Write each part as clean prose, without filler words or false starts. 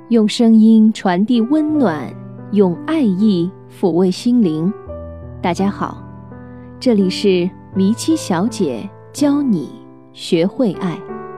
用声音传递温暖，用爱意抚慰心灵。大家好，这里是迷七小姐教你学会爱。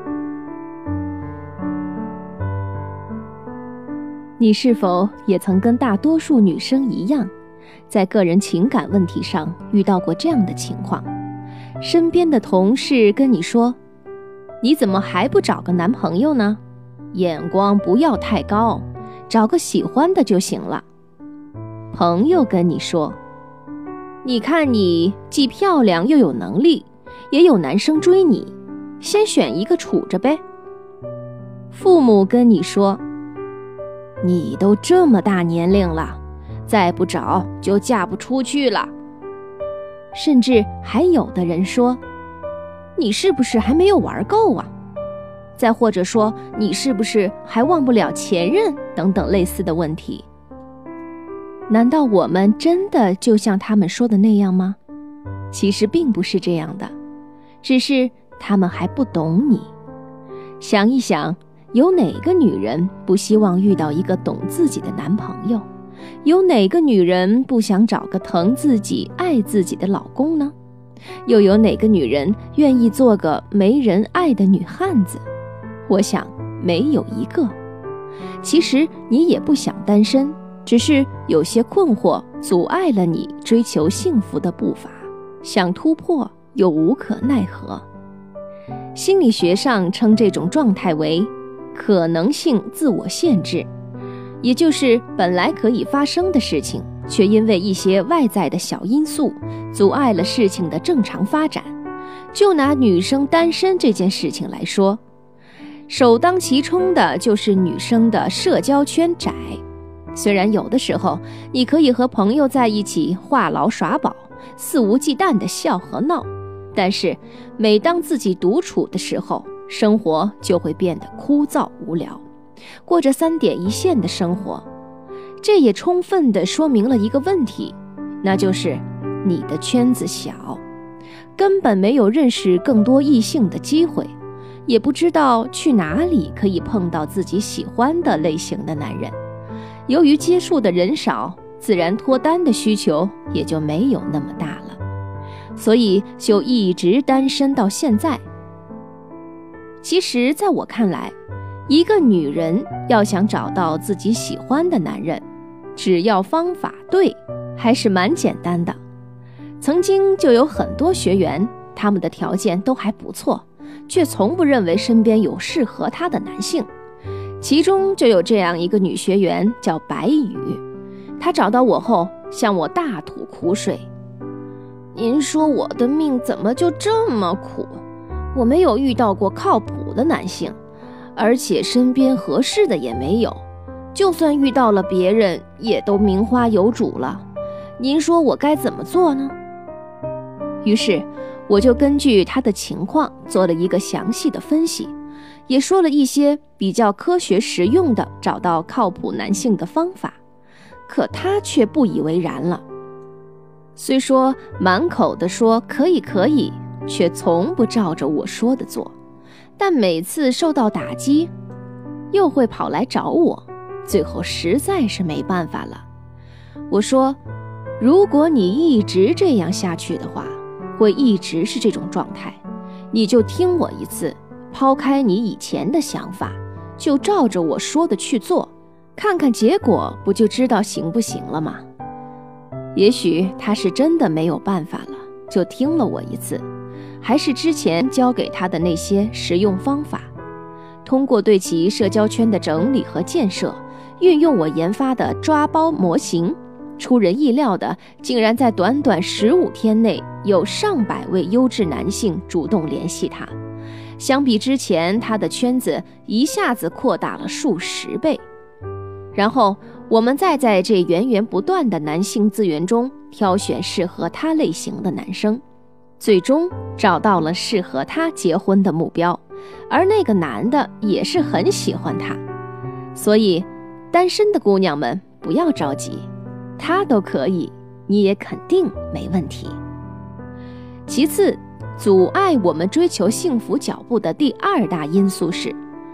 你是否也曾跟大多数女生一样，在个人情感问题上遇到过这样的情况？身边的同事跟你说，你怎么还不找个男朋友呢？眼光不要太高，找个喜欢的就行了。朋友跟你说，你看你既漂亮又有能力，也有男生追你，先选一个处着呗。父母跟你说，你都这么大年龄了，再不找就嫁不出去了。甚至还有的人说，你是不是还没有玩够啊？再或者说，你是不是还忘不了前任等等类似的问题。难道我们真的就像他们说的那样吗？其实并不是这样的，只是他们还不懂你。想一想，有哪个女人不希望遇到一个懂自己的男朋友？有哪个女人不想找个疼自己、爱自己的老公呢？又有哪个女人愿意做个没人爱的女汉子？我想没有一个。其实你也不想单身，只是有些困惑阻碍了你追求幸福的步伐，想突破又无可奈何。心理学上称这种状态为可能性自我限制，也就是本来可以发生的事情，却因为一些外在的小因素阻碍了事情的正常发展。就拿女生单身这件事情来说，首当其冲的就是女生的社交圈窄。虽然有的时候你可以和朋友在一起话痨耍宝，肆无忌惮地笑和闹，但是每当自己独处的时候，生活就会变得枯燥无聊，过着三点一线的生活。这也充分地说明了一个问题，那就是你的圈子小，根本没有认识更多异性的机会，也不知道去哪里可以碰到自己喜欢的类型的男人。由于接触的人少，自然脱单的需求也就没有那么大了，所以就一直单身到现在。其实在我看来，一个女人要想找到自己喜欢的男人，只要方法对，还是蛮简单的。曾经就有很多学员，他们的条件都还不错，却从不认为身边有适合他的男性。其中就有这样一个女学员叫白宇，她找到我后向我大吐苦水，您说我的命怎么就这么苦？我没有遇到过靠谱的男性，而且身边合适的也没有，就算遇到了别人也都名花有主了，您说我该怎么做呢？于是我就根据她的情况做了一个详细的分析，也说了一些比较科学实用的找到靠谱男性的方法，可她却不以为然了。虽说满口的说可以可以，却从不照着我说的做，但每次受到打击又会跑来找我，最后实在是没办法了。我说，如果你一直这样下去的话，会一直是这种状态，你就听我一次，抛开你以前的想法，就照着我说的去做，看看结果，不就知道行不行了吗？也许他是真的没有办法了，就听了我一次，还是之前教给他的那些实用方法，通过对其社交圈的整理和建设，运用我研发的抓包模型，出人意料的，竟然在短短15天内有上百位优质男性主动联系他。相比之前，他的圈子一下子扩大了数十倍。然后我们再在这源源不断的男性资源中挑选适合他类型的男生，最终找到了适合他结婚的目标，而那个男的也是很喜欢他。所以单身的姑娘们不要着急，他都可以，你也肯定没问题。其次，阻碍我们追求幸福脚步的第二大因素是，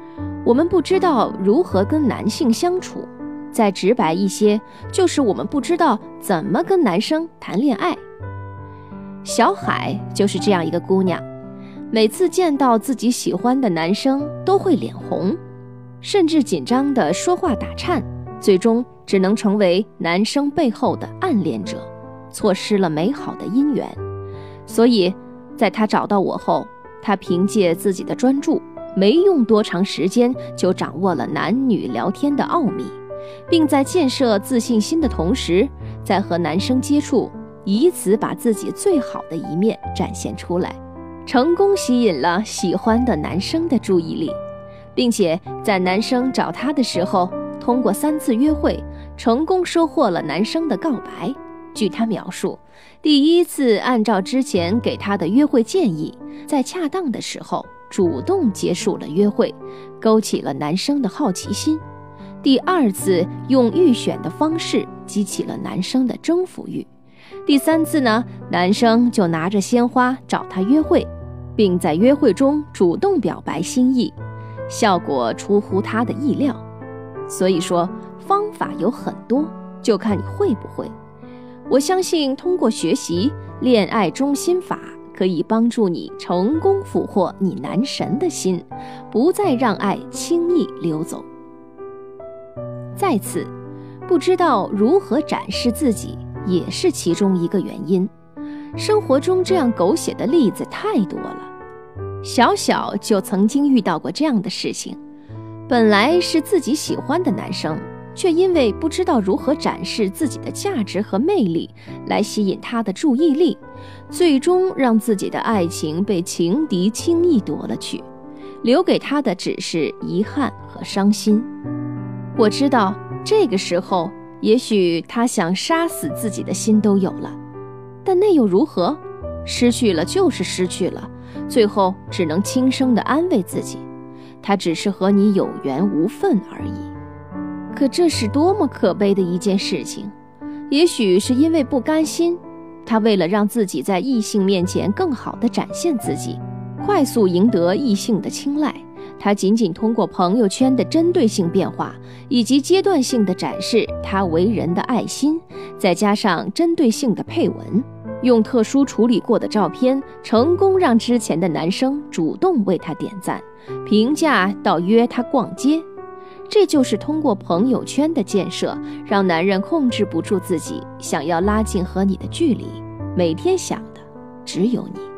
我们不知道如何跟男性相处，再直白一些，就是我们不知道怎么跟男生谈恋爱。小海就是这样一个姑娘，每次见到自己喜欢的男生都会脸红，甚至紧张地说话打颤，最终只能成为男生背后的暗恋者，错失了美好的姻缘。所以在她找到我后，她凭借自己的专注，没用多长时间就掌握了男女聊天的奥秘，并在建设自信心的同时，在和男生接触，以此把自己最好的一面展现出来，成功吸引了喜欢的男生的注意力，并且在男生找她的时候，通过3次约会，成功收获了男生的告白。据她描述，第1次按照之前给她的约会建议，在恰当的时候主动结束了约会，勾起了男生的好奇心。第2次用预选的方式激起了男生的征服欲。第3次呢，男生就拿着鲜花找她约会，并在约会中主动表白心意，效果出乎她的意料。所以说，方法有很多，就看你会不会。我相信通过学习恋爱中心法，可以帮助你成功俘获你男神的心，不再让爱轻易溜走。再次，不知道如何展示自己也是其中一个原因。生活中这样狗血的例子太多了，小小就曾经遇到过这样的事情。本来是自己喜欢的男生，却因为不知道如何展示自己的价值和魅力来吸引他的注意力，最终让自己的爱情被情敌轻易夺了去，留给他的只是遗憾和伤心。我知道这个时候也许他想杀死自己的心都有了，但那又如何？失去了就是失去了，最后只能轻声地安慰自己，他只是和你有缘无分而已。可这是多么可悲的一件事情。也许是因为不甘心，他为了让自己在异性面前更好地展现自己，快速赢得异性的青睐，他仅仅通过朋友圈的针对性变化，以及阶段性的展示他为人的爱心，再加上针对性的配文，用特殊处理过的照片，成功让之前的男生主动为他点赞、评价到约他逛街。这就是通过朋友圈的建设，让男人控制不住自己，想要拉近和你的距离，每天想的只有你。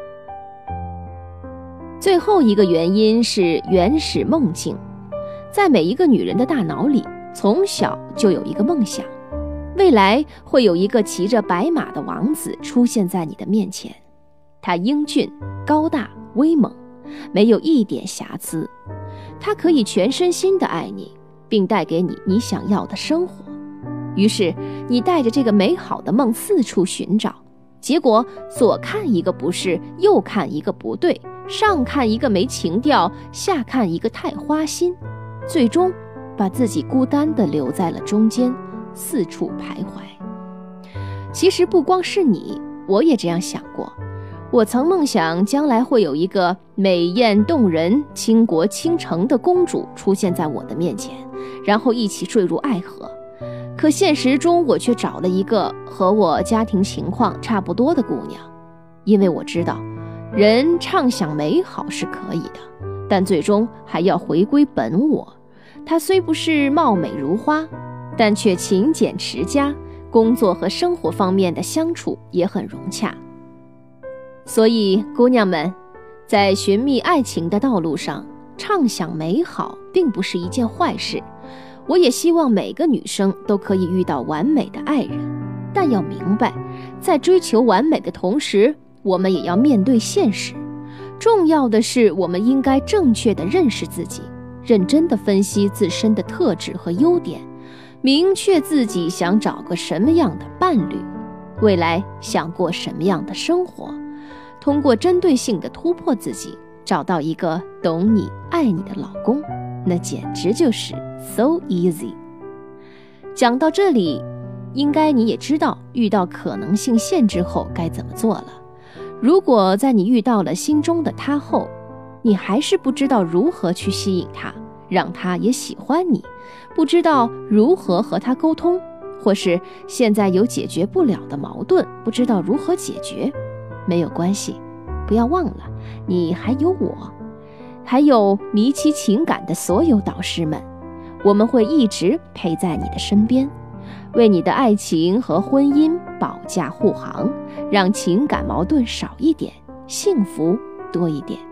最后一个原因是原始梦境。在每一个女人的大脑里，从小就有一个梦想，未来会有一个骑着白马的王子出现在你的面前，他英俊、高大、威猛，没有一点瑕疵。他可以全身心地爱你，并带给你你想要的生活。于是你带着这个美好的梦四处寻找，结果左看一个不是，右看一个不对，上看一个没情调，下看一个太花心，最终把自己孤单地留在了中间，四处徘徊。其实不光是你，我也这样想过。我曾梦想将来会有一个美艳动人、倾国倾城的公主出现在我的面前，然后一起坠入爱河。可现实中我却找了一个和我家庭情况差不多的姑娘。因为我知道人畅想美好是可以的，但最终还要回归本我。她虽不是貌美如花，但却勤俭持家，工作和生活方面的相处也很融洽。所以姑娘们，在寻觅爱情的道路上，畅想美好并不是一件坏事。我也希望每个女生都可以遇到完美的爱人，但要明白，在追求完美的同时，我们也要面对现实。重要的是，我们应该正确地认识自己，认真地分析自身的特质和优点，明确自己想找个什么样的伴侣，未来想过什么样的生活，通过针对性的突破自己，找到一个懂你、爱你的老公，那简直就是 so easy。 讲到这里，应该你也知道遇到可能性限制后该怎么做了。如果在你遇到了心中的他后，你还是不知道如何去吸引他， 让他也喜欢你，不知道如何和他沟通，或是现在有解决不了的矛盾，不知道如何解决，没有关系，不要忘了，你还有我，还有迷妻情感的所有导师们，我们会一直陪在你的身边，为你的爱情和婚姻保驾护航，让情感矛盾少一点，幸福多一点。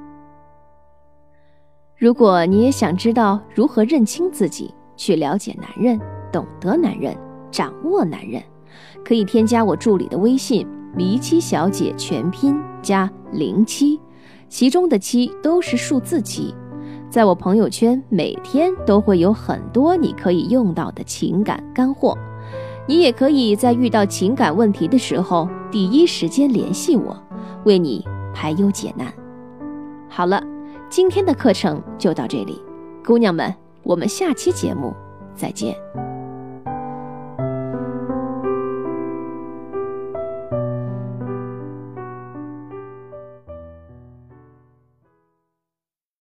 如果你也想知道如何认清自己，去了解男人，懂得男人，掌握男人，可以添加我助理的微信迷妻小姐全拼加07，其中的7都是数字7。在我朋友圈每天都会有很多你可以用到的情感干货，你也可以在遇到情感问题的时候第一时间联系我，为你排忧解难。好了，今天的课程就到这里，姑娘们，我们下期节目再见。